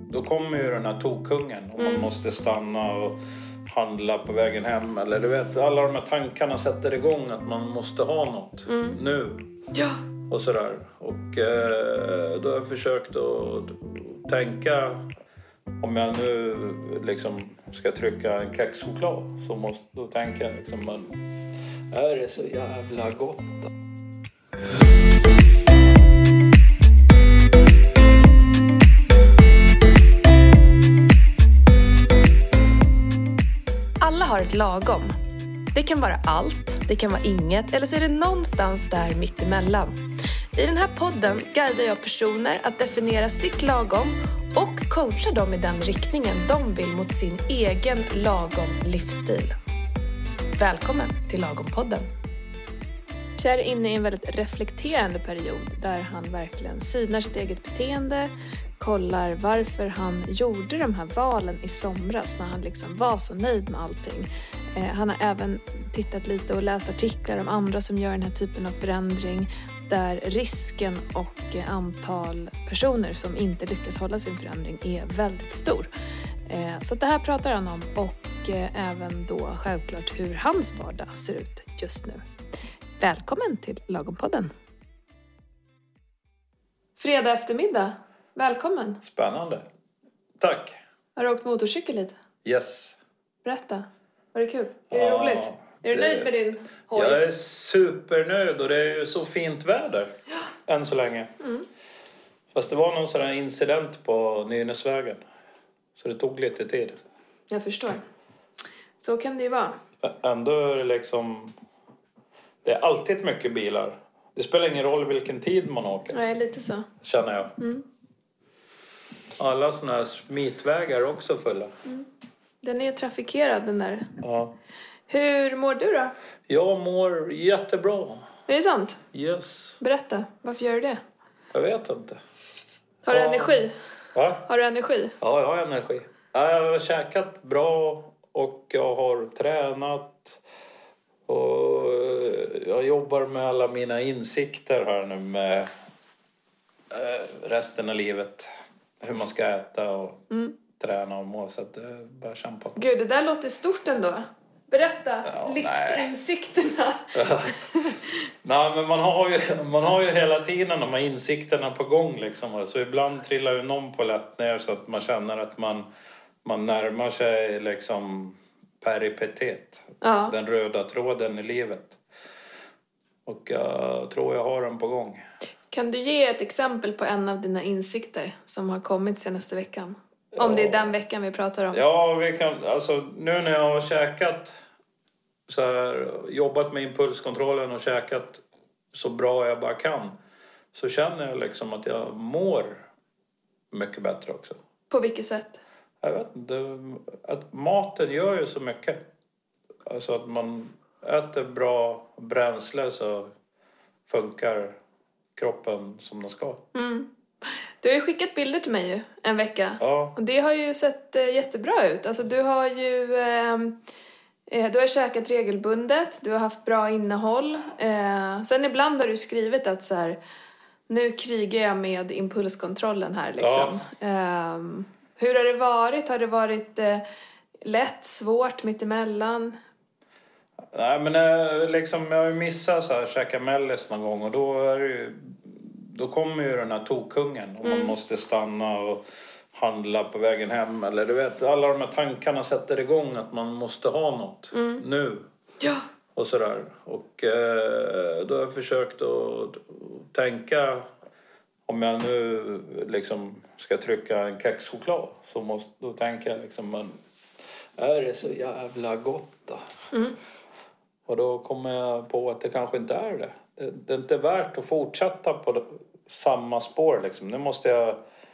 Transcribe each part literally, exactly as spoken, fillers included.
då kommer ju den här tokkungen och man Mm. måste stanna och handla på vägen hem. Eller du vet, alla de här tankarna sätter igång att man måste ha något Mm. nu. Ja. Och sådär. Och eh, då har jag försökt att tänka, om jag nu liksom ska trycka en kexchoklad så måste då tänka jag liksom, men är det så jävla gott då? Alla har ett lagom. Det kan vara allt, det kan vara inget eller så är det någonstans där mittemellan. I den här podden guidar jag personer att definiera sitt lagom och coachar dem i den riktningen de vill mot sin egen lagom livsstil. Välkommen till Lagom-podden. Pierre är inne i en väldigt reflekterande period där han verkligen synar sitt eget beteende, kollar varför han gjorde de här valen i somras när han liksom var så nöjd med allting. Eh, han har även tittat lite och läst artiklar om andra som gör den här typen av förändring där risken och eh, antal personer som inte lyckas hålla sin förändring är väldigt stor. Eh, så det här pratar han om och eh, även då självklart hur hans vardag ser ut just nu. Välkommen till Lagom-podden. Fredag eftermiddag. Välkommen. Spännande. Tack. Har du åkt motorcykel lite? Yes. Berätta. Var det kul? Är det Ja, roligt? Är du det- nöjd med din hoj? Jag är supernöjd och det är ju så fint väder än så länge. Mm. Fast det var någon sån här incident på Nynäsvägen. Så det tog lite tid. Jag förstår. Så kan det ju vara. Ändå är det liksom... Det är alltid mycket bilar. Det spelar ingen roll vilken tid man åker, Nej, lite så. känner jag. Mm. Alla såna här smitvägar är också fulla. Den är trafikerad den där. Ja. Hur mår du då? Jag mår jättebra. Är det sant? Yes. Berätta. Varför gör du det? Jag vet inte. Har du Ja. energi? Va? Har du energi? Ja, jag har energi. Ja, jag har käkat bra och jag har tränat. Och jag jobbar med alla mina insikter här nu med eh, resten av livet. Hur man ska äta och Mm. träna och må. Så att det är bara att kämpa. Gud, det där låter stort ändå. Berätta. Ja, livsinsikterna. Nej, men man har, ju, man har ju hela tiden de här insikterna på gång liksom. Så ibland trillar ju någon på lätt ner så att man känner att man, man närmar sig liksom peripetet. Ja. Den röda tråden i livet. Och jag tror jag har den på gång. Kan du ge ett exempel på en av dina insikter som har kommit senaste veckan? Om det är den veckan vi pratar om. Ja, vi kan, alltså nu när jag har käkat så här, jobbat med impulskontrollen och käkat så bra jag bara kan, så känner jag liksom att jag mår mycket bättre också. På vilket sätt? Jag vet inte, att maten gör ju så mycket. Alltså att man äter bra bränsle så funkar kroppen som den ska. Mm. Du har ju skickat bilder till mig ju en vecka. Ja, Och det har ju sett eh, jättebra ut. Alltså du har ju ehm, eh, du har käkat regelbundet. Du har haft bra innehåll. Eh, sen ibland har du skrivit att så här, nu krigar jag med impulskontrollen här liksom. Ehm, hur har det varit? Har det varit eh, lätt, svårt, mittemellan? nej men eh, liksom jag har ju missat så här, käka mellis någon gång och då är det ju, då kommer ju den här tokkungen och man Mm. måste stanna och handla på vägen hem. Eller du vet, alla de här tankarna sätter igång att man måste ha något Mm. nu. Ja. Och sådär. Och eh, då har jag försökt att tänka, om jag nu liksom ska trycka en kexchoklad så måste, då tänker jag liksom, men är det så jävla gott då? Mm. Och då kommer jag på att det kanske inte är det. Det, det är inte värt att fortsätta på det, samma spår liksom. Nu måste jag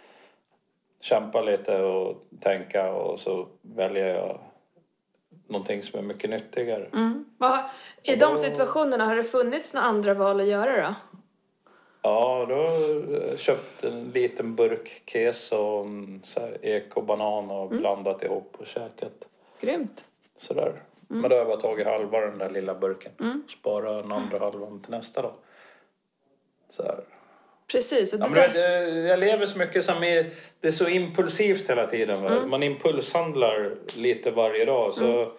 kämpa lite och tänka och så väljer jag någonting som är mycket nyttigare. Mm. Vad, I de situationerna har det funnits några andra val att göra då? Ja, då har jag köpt en liten burk keso och en så här ekobanan och Mm. blandat ihop och käkat. Grymt. Sådär. Men då har jag bara tagit halva den där lilla burken. Mm. Spara den andra halvan till nästa dag. Så här. Precis. Och det ja, men där... det, jag lever så mycket som är, det är så impulsivt hela tiden. Va? Mm. Man impulshandlar lite varje dag. Så mm.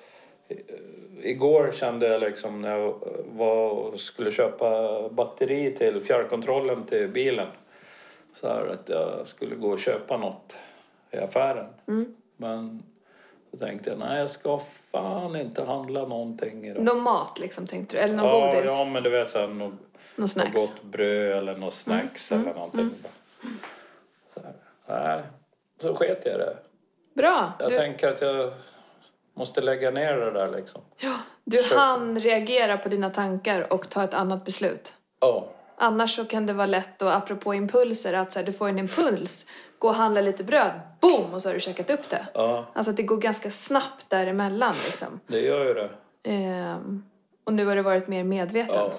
igår kände jag liksom när jag var, skulle köpa batteri till fjärrkontrollen till bilen. Så här att jag skulle gå och köpa något i affären. Mm. Men så tänkte jag, nej jag ska fan inte handla någonting idag. Någon mat liksom tänkte du? Eller någon ja, godis? Ja, men du vet så här, något, någon snacks. något gott bröd eller något snacks mm. eller någonting. Mm. Så här. Nej, så sket jag det. Bra. Jag du... tänker att jag måste lägga ner det där liksom. Ja, du så... hann reagera på dina tankar och ta ett annat beslut. Ja. Annars så kan det vara lätt och apropå impulser att så här, du får en impuls, gå och handla lite bröd, boom, och så har du käkat upp det. Ja. Alltså att det går ganska snabbt däremellan liksom. Det gör ju det. Ehm, och nu har du varit mer medveten. Ja.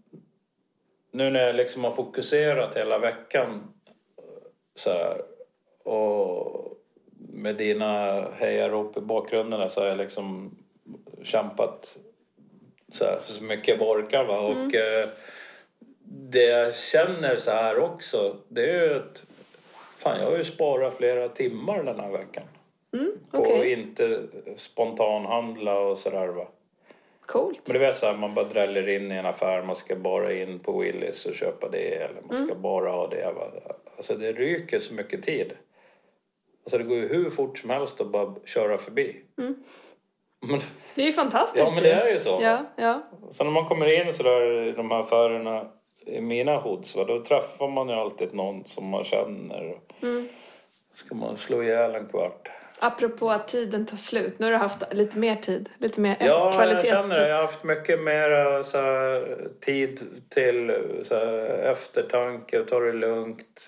Nu när jag liksom har fokuserat hela veckan så här, och med dina hejarop i bakgrunden så har jag liksom kämpat så, här, så mycket jag orkar va? Och mm. eh, det jag känner så här också, det är ju att fan, jag har ju sparat flera timmar den här veckan. Mm, okay. På att inte spontanhandla och sådär va. Coolt. Men du vet så här, man bara dräller in i en affär, man ska bara in på Willys och köpa det. Eller man ska mm. bara ha det va. Alltså det ryker så mycket tid. Alltså det går ju hur fort som helst att bara köra förbi. Mm. Men, det är ju fantastiskt. Ja men det är ju så. Ja, ja. Så när man kommer in så där i de här affärerna i mina hoods, va, då träffar man ju alltid någon som man känner. Mm. Ska man slå ihjäl en kvart. Apropå att tiden tar slut. Nu har du haft lite mer tid. Lite mer ja, kvalitetstid. Ja, jag känner det. Jag har haft mycket mer så här, tid till så här, eftertanke och ta det lugnt.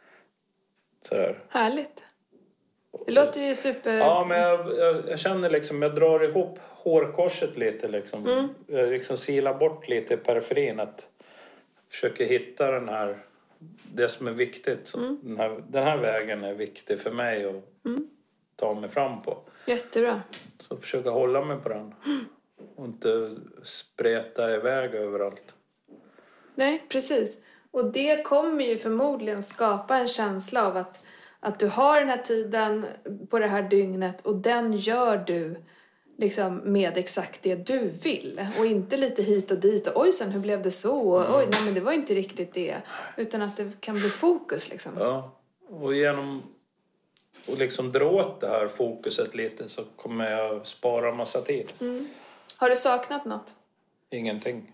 Så där. Härligt. Det låter ju super... Ja, men jag, jag, jag känner liksom, jag drar ihop hårkorset lite liksom. Mm. Jag liksom silar bort lite i periferin. Att försöka hitta den här, det som är viktigt. Så mm. den, här, den här vägen är viktig för mig att mm. ta mig fram på. Jättebra. Så försöka hålla mig på den. Mm. Och inte spreta iväg överallt. Nej, precis. Och det kommer ju förmodligen skapa en känsla av att, att du har den här tiden på det här dygnet och den gör du liksom med exakt det du vill. Och inte lite hit och dit och oj sen hur blev det så? Och, mm. Oj nej men det var inte riktigt det. Utan att det kan bli fokus liksom. Ja, och genom att liksom dra åt det här fokuset lite så kommer jag spara massa tid. Mm. Har du saknat något? Ingenting.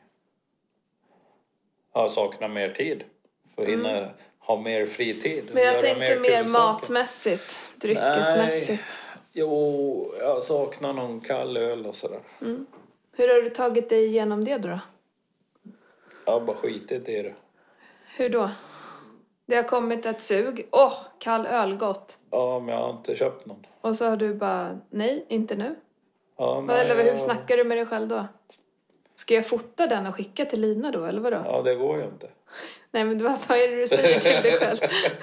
Jag saknar mer tid. För att hinna mm. ha mer fritid. Men jag tänkte mer, mer matmässigt, dryckesmässigt. Nej. Jo, jag saknar någon kall öl och sådär. Mm. Hur har du tagit dig igenom det då? Jag har bara skitit i det. Hur då? Det har kommit ett sug. Åh, oh, kall öl, gott. Ja, men jag har inte köpt någon. Och så har du bara, nej, inte nu. Ja, nej, eller hur jag... snackar du med dig själv då? Ska jag fota den och skicka till Lina då, eller vadå? Ja, det går ju inte. Nej, men vad, vad är det du säger till dig själv?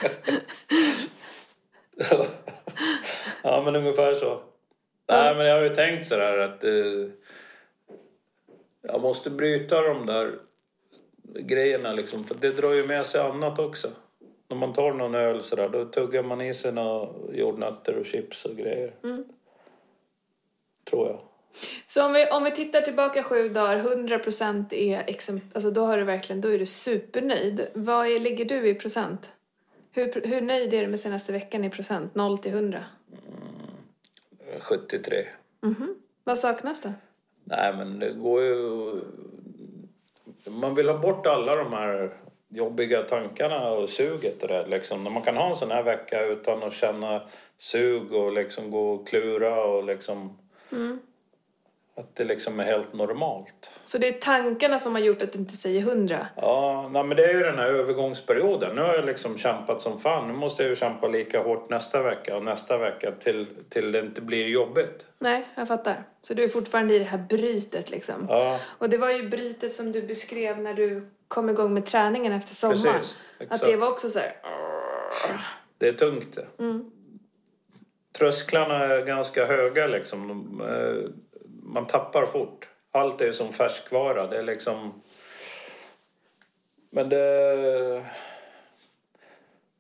Ja, men ungefär så. Mm. Nej, men jag har ju tänkt så där att eh, jag måste bryta de där grejerna liksom. För det drar ju med sig annat också. När man tar någon öl så där, då tuggar man i sig några jordnötter och chips och grejer. Mm. Tror jag. Så om vi, om vi tittar tillbaka sju dagar, hundra procent är exempel, alltså då har du verkligen, då är du supernöjd. Vad är, ligger du i procent? Hur, hur nöjd är du med senaste veckan i procent? noll till hundra? Mm, sjuttiotre. Mm-hmm. Vad saknas då? Nej, men det går ju... Man vill ha bort alla de här jobbiga tankarna och suget och det. Liksom. När man kan ha en sån här vecka utan att känna sug och liksom gå och klura och liksom... Mm. Att det liksom är helt normalt. Så det är tankarna som har gjort att du inte säger hundra? Ja, nej, men det är ju den här övergångsperioden. Nu har jag liksom kämpat som fan. Nu måste jag ju kämpa lika hårt nästa vecka och nästa vecka till, till det inte blir jobbigt. Nej, jag fattar. Så du är fortfarande i det här brytet liksom. Ja. Och det var ju brytet som du beskrev när du kom igång med träningen efter sommaren. Precis, exakt. Att det var också så här... Det är tungt det. Mm. Trösklarna är ganska höga liksom. De, man tappar fort. Allt är som färskvara. Det är liksom... Men det...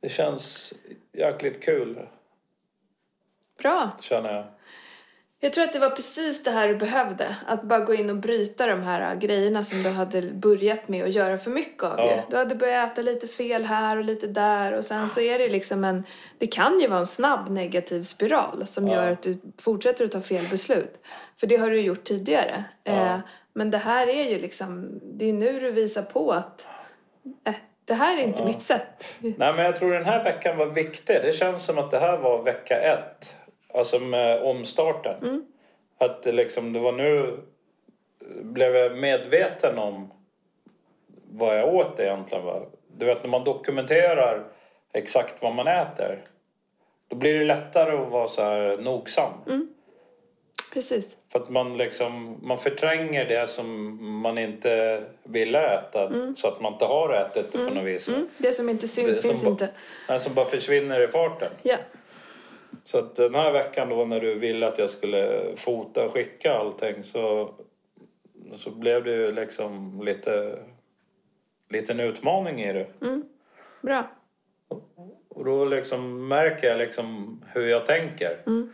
det känns jäkligt kul. Bra. Känner jag. Jag tror att det var precis det här du behövde. Att bara gå in och bryta de här grejerna som du hade börjat med att göra för mycket av. Ja. Ju. Du hade börjat äta lite fel här och lite där. Och sen så är det liksom en... Det kan ju vara en snabb negativ spiral som Ja. gör att du fortsätter att ta fel beslut. För det har du gjort tidigare. Ja. Eh, men det här är ju liksom... Det är nu du visar på att... Eh, det här är inte Ja. mitt sätt. Nej, men jag tror den här veckan var viktig. Det känns som att det här var vecka ett. Alltså med omstarten. Mm. Att det liksom, det var nu blev jag medveten om vad jag åt egentligen. Va? Du vet, när man dokumenterar exakt vad man äter, då blir det lättare att vara så här nogsam. Mm. Precis. För att man liksom, man förtränger det som man inte vill äta. Mm. Så att man inte har ätit det mm. på något vis. Mm. Det som inte syns det finns som inte. Det som bara försvinner i farten. Ja. Så att den här veckan då när du ville att jag skulle fota och skicka allting så, så blev det ju liksom lite liten utmaning i det. Mm. Bra. Och då liksom märker jag liksom hur jag tänker. Mm.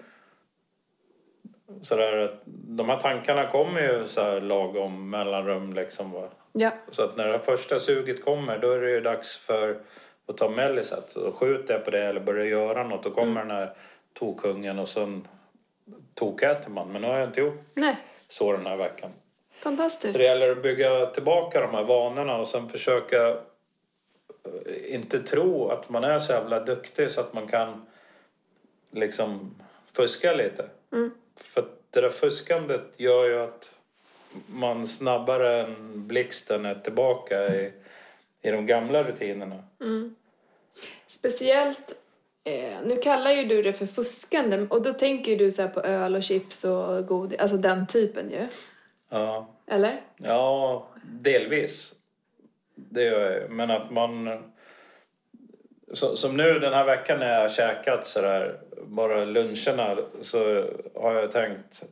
Så där att de här tankarna kommer ju så här lagom mellanrum liksom, va. Ja. Så att när det första suget kommer, då är det ju dags för att ta mellisat. Så skjuter jag på det eller börjar göra något, då kommer mm. den här tokkungen och sen tokäter man. Men nu har jag inte gjort Nej. så den här veckan. Fantastiskt. Så det gäller att bygga tillbaka de här vanorna och sen försöka inte tro att man är så jävla duktig så att man kan liksom fuska lite. Mm. För det där fuskandet gör ju att man snabbare än blixten är tillbaka i, i de gamla rutinerna. Mm. Speciellt, eh, nu kallar ju du det för fuskande och då tänker ju du så här på öl och chips och godis, alltså den typen ju. Ja. Eller? Ja, delvis. Det gör jag. Men att man... Så, som nu den här veckan när jag har käkat sådär, bara luncherna, så har jag tänkt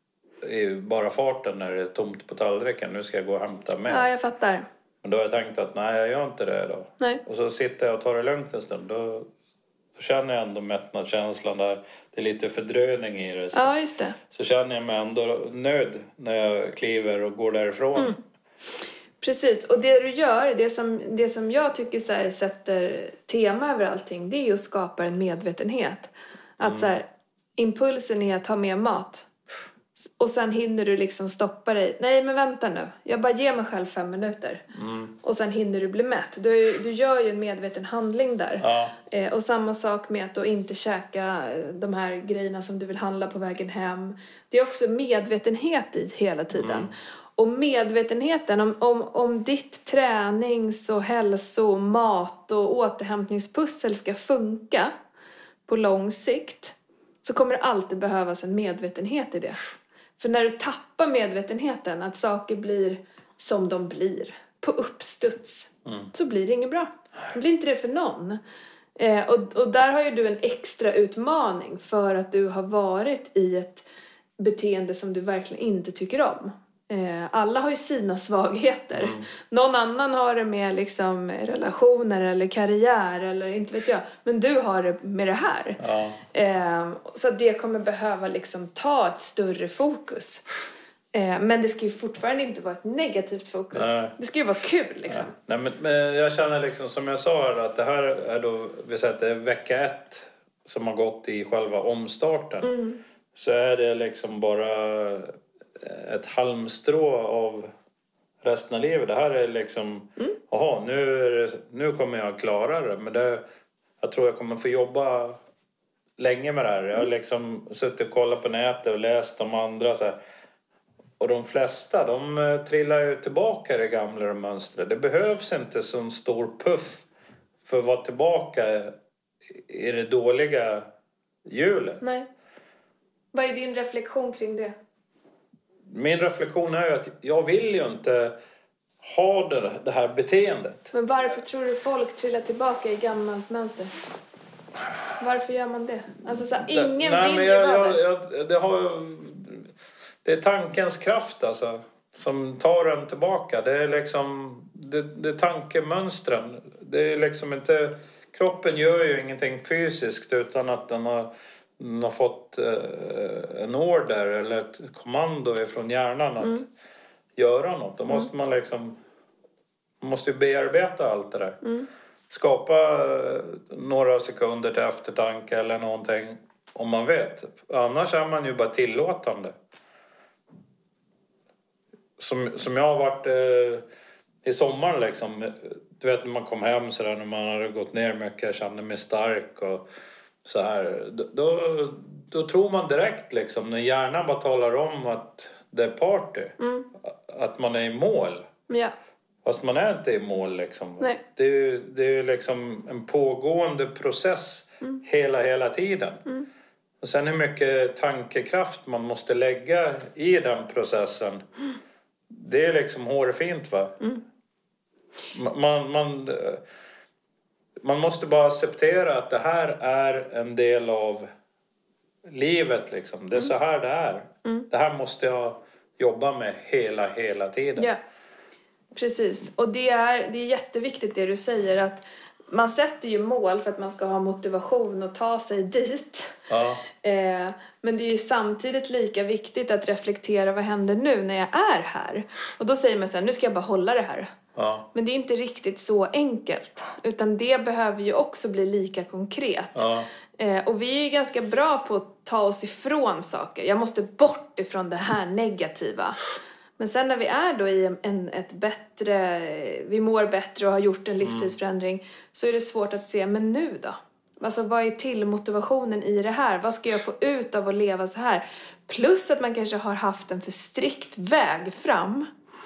i bara farten när det är tomt på tallriken. Nu ska jag gå och hämta med. Ja, jag fattar. Men då har jag tänkt att nej, jag gör inte det då. Nej. Och så sitter jag och tar det lugnt en stund. Då, då känner jag ändå mättnadskänslan där. Det är lite fördröjning i det. Så, ja, just det. Så känner jag mig ändå nöjd när jag kliver och går därifrån. Mm. Precis, och det du gör, det som, det som jag tycker så här, sätter tema över allting, det är ju att skapa en medvetenhet. Att mm. så här, impulsen är att ta med mat. Och sen hinner du liksom stoppa dig. Nej, men vänta nu. Jag bara ger mig själv fem minuter. Mm. Och sen hinner du bli mätt. Du, du gör ju en medveten handling där. Ja. Eh, och samma sak med att då inte käka de här grejerna som du vill handla på vägen hem. Det är också medvetenhet i hela tiden. Mm. Och medvetenheten om, om, om ditt tränings- och hälso-, mat- och återhämtningspussel ska funka på lång sikt, så kommer det alltid behövas en medvetenhet i det. För när du tappar medvetenheten, att saker blir som de blir, på uppstuds, mm. så blir det inget bra. Det blir inte det för någon. Eh, och, och där har ju du en extra utmaning för att du har varit i ett beteende som du verkligen inte tycker om. Alla har ju sina svagheter. Mm. Någon annan har det med liksom relationer eller karriär eller inte vet jag. Men du har det med det här. Ja. Eh, så att det kommer behöva liksom ta ett större fokus. Eh, men det ska ju fortfarande inte vara ett negativt fokus. Nej. Det ska ju vara kul liksom. Nej, men, men jag känner liksom som jag sa här, att det här är då, vi säger att det är vecka ett som har gått i själva omstarten. Mm. Så är det liksom bara ett halmstrå av resten av livet. Det här är liksom, mm. aha, nu, är det, nu kommer jag klara det. Men det, jag tror jag kommer få jobba länge med det här. Jag har liksom suttit och kollat på nätet och läst de andra så här. Och de flesta, de trillar ju tillbaka i det gamla mönstret. Det behövs inte så en stor puff för att vara tillbaka i det dåliga hjulet. Nej. Vad är din reflektion kring det? Min reflektion är ju att jag vill ju inte ha det, det här beteendet. Men varför tror du folk trillar tillbaka i gammalt mönster? Varför gör man det? Alltså så här, ingen det, nej, vill men jag, ju vara jag, jag, det. Har, det är tankens kraft alltså, som tar en tillbaka. Det är liksom det, det är tankemönstren. Det är liksom inte kroppen gör ju ingenting fysiskt utan att den har, den har fått eh, en order eller ett kommando ifrån hjärnan att mm. göra något. Då måste mm. man liksom man måste ju bearbeta allt det där. Mm. Skapa några sekunder till eftertanke eller någonting om man vet. Annars är man ju bara tillåtande. Som, som jag har varit eh, i sommar liksom. Du vet när man kom hem så där, när man hade gått ner mycket, jag kände mig stark och så här. Då, då tror man direkt liksom, när hjärnan bara talar om att det är party. Mm. Att man är i mål. Ja. Fast man är inte i mål liksom. Nej. Det är ju det är liksom en pågående process mm. hela, hela tiden. Mm. Och sen hur mycket tankekraft man måste lägga i den processen. Mm. Det är liksom hårfint va? Mm. Man, man, man måste bara acceptera att det här är en del av livet liksom. Det är mm. så här det är. Mm. Det här måste jag jobba med hela, hela tiden. Ja, precis. Och det är, det är jätteviktigt det du säger att man sätter ju mål för att man ska ha motivation att ta sig dit. Ja. Eh, men det är ju samtidigt lika viktigt att reflektera vad händer nu när jag är här. Och då säger man så här, nu ska jag bara hålla det här. Ja. Men det är inte riktigt så enkelt. Utan det behöver ju också bli lika konkret. Ja. Eh, och vi är ju ganska bra på att ta oss ifrån saker. Jag måste bort ifrån det här negativa. Men sen när vi är då i en, ett bättre, vi mår bättre och har gjort en livsstilsförändring mm. så är det svårt att se, men nu då? Alltså vad är till motivationen i det här? Vad ska jag få ut av att leva så här? Plus att man kanske har haft en för strikt väg fram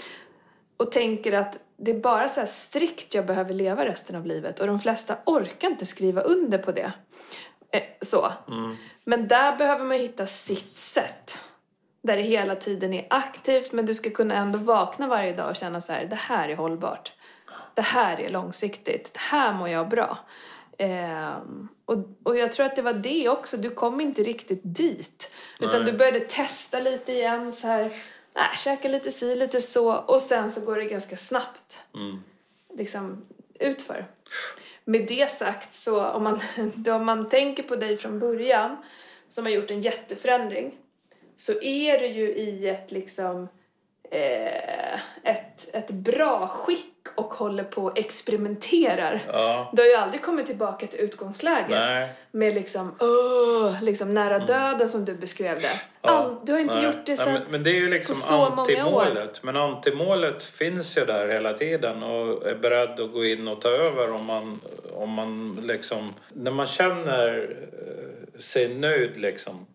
och tänker att det är bara så här strikt jag behöver leva resten av livet. Och de flesta orkar inte skriva under på det. Eh, så. Mm. Men där behöver man hitta sitt sätt. Där det hela tiden är aktivt, men du ska kunna ändå vakna varje dag och känna så här, det här är hållbart. Det här är långsiktigt. Det här mår jag bra. Eh, och, och jag tror att det var det också. Du kom inte riktigt dit. Nej. Utan du började testa lite igen så här. Nej, käka lite si, lite så. Och sen så går det ganska snabbt. Mm. Liksom utför. Med det sagt så om man, om man tänker på dig från början som har gjort en jätteförändring. Så är du ju i ett liksom eh, ett, ett bra skick och håller på och experimenterar. Ja. Du har ju aldrig kommit tillbaka till utgångsläget. Nej. Med liksom, åh, liksom nära döden mm. som du beskrev det. Ja. All, du har inte Nej. gjort det sen ja, men, men det är ju liksom antimålet. Men antimålet finns ju där hela tiden och är beredd att gå in och ta över om man, om man liksom, när man känner sig nöjd liksom.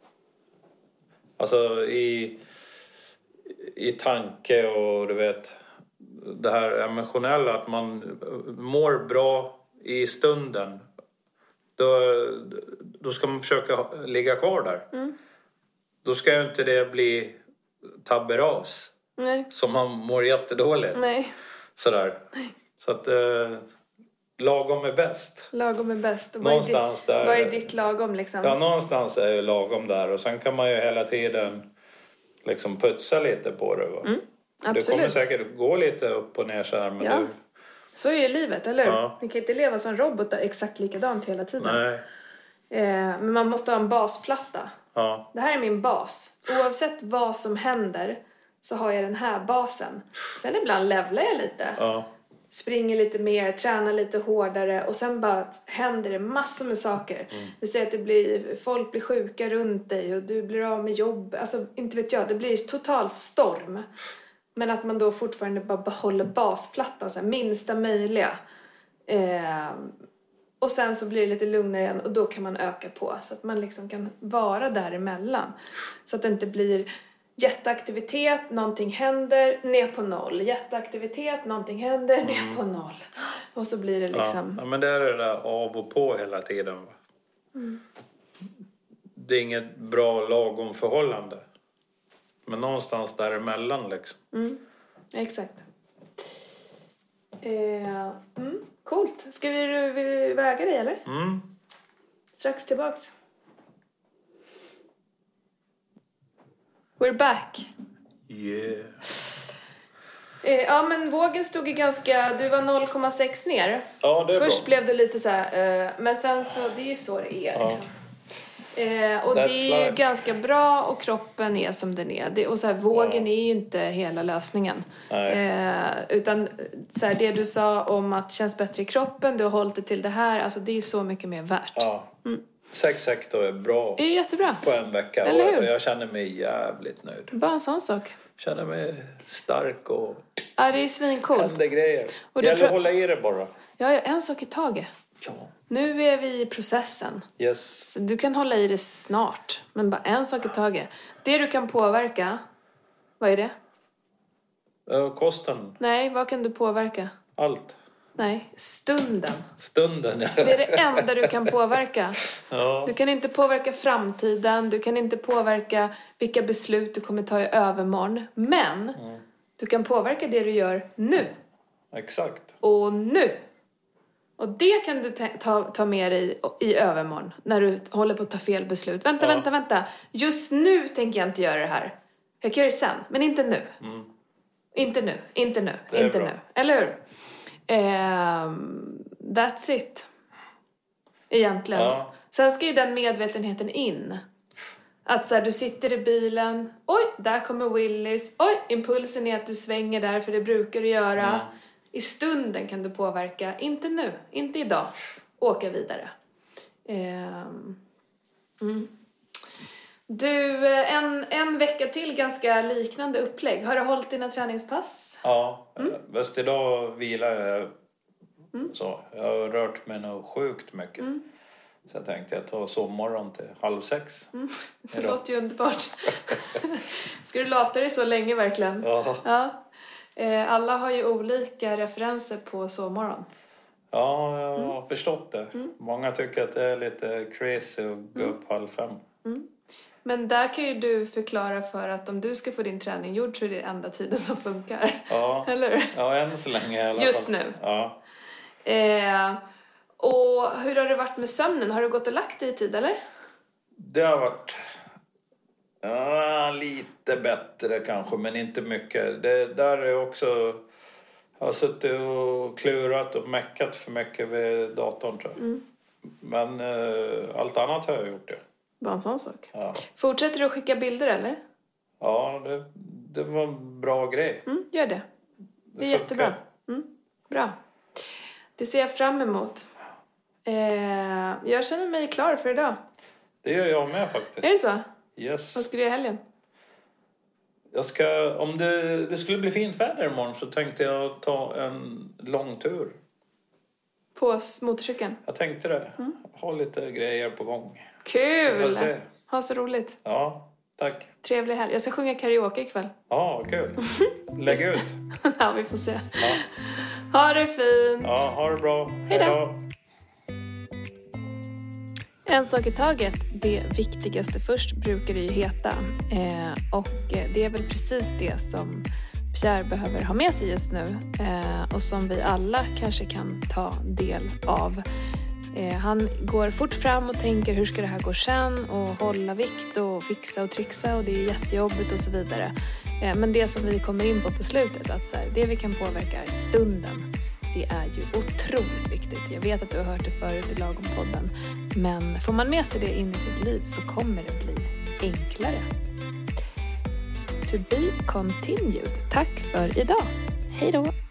Alltså i, i tanke och du vet det här emotionella att man mår bra i stunden. Då, då ska man försöka ligga kvar där. Mm. Då ska ju inte det bli tabberas. Nej. Som man mår jättedåligt. Nej. Sådär. Nej. Så att eh, lagom är bäst. Lagom är bäst. Och någonstans vad är, ditt, där, vad är ditt lagom liksom? Ja, någonstans är ju lagom där. Och sen kan man ju hela tiden liksom putsa lite på det. Va? Mm, absolut. Det kommer säkert gå lite upp och ner så här. Men ja. du... Så är ju livet, eller hur? Ja. Vi kan inte leva som robotar exakt likadant hela tiden. Nej. Eh, men man måste ha en basplatta. Ja. Det här är min bas. Oavsett vad som händer så har jag den här basen. Sen ibland levlar jag lite. Ja. Springer lite mer, tränar lite hårdare. Och sen bara händer det massor med saker. Mm. Det säger att det blir, folk blir sjuka runt dig. Och du blir av med jobb. Alltså inte vet jag, det blir total storm. Men att man då fortfarande bara behåller basplattan. Så här, minsta möjliga. Eh, och sen så blir det lite lugnare igen. Och då kan man öka på. Så att man liksom kan vara däremellan. Så att det inte blir jätteaktivitet, någonting händer, ner på noll. Jätteaktivitet, någonting händer, mm. ner på noll. Och så blir det liksom... Ja, ja men det är det där av och på hela tiden. Va? Mm. Det är inget bra lagom förhållande. Men någonstans däremellan liksom. Mm. Exakt. Eh, mm. Coolt. Ska vi, vi väga dig eller? Mm. Strax tillbaks. We're back. Yeah. Eh, ja, men vågen stod ju ganska... Du var noll komma sex ner. Ja, det är Först bra. blev det lite så här... Eh, men sen så... Det är ju så det är, liksom. Eh, och That's det är ju life. ganska bra och kroppen är som den är. Det, och så här, vågen Ja. är ju inte hela lösningen. Nej. Eh, utan så här, det du sa om att känns bättre i kroppen, du har hållit det till det här. Alltså det är ju så mycket mer värt. Ja. Sex hektar är bra Det är jättebra. på en vecka. Eller hur? Och jag känner mig jävligt nöjd. Bara en sån sak. Känner mig stark och Ja, det är svincoolt. händer grejer. Och Det du gäller att pra- hålla i det bara. Ja, ja, en sak i taget. Ja. Nu är vi i processen. Yes. Så du kan hålla i det snart. Men bara en sak i taget. Det du kan påverka... Vad är det? Uh, kosten. Nej, vad kan du påverka? Allt. Nej, stunden. Stunden. Ja. Det är det enda du kan påverka. Ja. Du kan inte påverka framtiden. Du kan inte påverka vilka beslut du kommer ta i övermorgon. Men Mm. du kan påverka det du gör nu. Exakt. Och nu. Och det kan du ta, ta, ta med dig i, i övermorgon. När du håller på att ta fel beslut. Vänta, Ja. vänta, vänta. Just nu tänker jag inte göra det här. Jag kan göra det sen, men inte nu. Mm. Inte nu, inte nu, Det är inte bra. nu. Eller hur? Ehm, that's it. Egentligen. Ja. Sen ska ju den medvetenheten in. Att så här, du sitter i bilen. Oj, där kommer Willis. Oj, impulsen är att du svänger där, för det brukar du göra. Mm. I stunden kan du påverka. Inte nu, inte idag. Åka vidare. Ehm, mm. Du, en, en vecka till ganska liknande upplägg. Har du hållit dina träningspass? Ja. Mm. Bäst idag vilar jag. Så. Jag har rört mig nog sjukt mycket. Mm. Så jag tänkte jag tar sovmorgon till halv sex. Det Idag. låter ju underbart. Ska du låta dig så länge verkligen? Ja. Ja. Eh, Alla har ju olika referenser på sovmorgon. Ja, jag Mm. har förstått det. Många tycker att det är lite crazy att gå Mm. upp halv fem. Men där kan ju du förklara för att om du ska få din träning gjord så är det enda tiden som funkar. Ja. Eller hur? Ja, än så länge i alla Just fall. nu. Ja. Eh, och hur har det varit med sömnen? Har du gått och lagt dig i tid, eller? Det har varit ja, lite bättre kanske, men inte mycket. Det där är också... Jag har suttit och klurat och meckat för mycket vid datorn, tror jag. Mm. Men eh, allt annat har jag gjort det. Bara en sån sak. Ja, Fortsätter du att skicka bilder, eller? ja det, det var en bra grej. Mm, gör det. Det är funkar. jättebra. Mm, bra. Det ser jag fram emot. Eh, jag känner mig klar för idag. Det gör jag med faktiskt. Är det så? Yes. Vad ska du göra i helgen? Jag ska, om det, det skulle bli fint väder imorgon så tänkte jag ta en lång tur. På s- motorcykeln? Jag tänkte det. Ha lite grejer på gång. Vi får Kul! se. Ha så roligt. Ja, tack. Trevlig helg. Jag ska sjunga karaoke ikväll. Ja, kul. Lägg ut. Ja, vi får se. Ja, Ha det fint! ja ha det bra. Hej då. En sak i taget, det viktigaste först brukar det ju heta. Eh, och eh, det är väl precis det som Pierre behöver ha med sig just nu. Eh, och som vi alla kanske kan ta del av. Eh, han går fort fram och tänker hur ska det här gå sen? Och hålla vikt och fixa och trixa och det är jättejobbigt och så vidare. Eh, men det som vi kommer in på på slutet, att så här, det vi kan påverka är stunden. Det är ju otroligt viktigt. Jag vet att du har hört det förut i Lagom-podden. Men får man med sig det in i sitt liv så kommer det bli enklare. To be continued. Tack för idag. Hej då!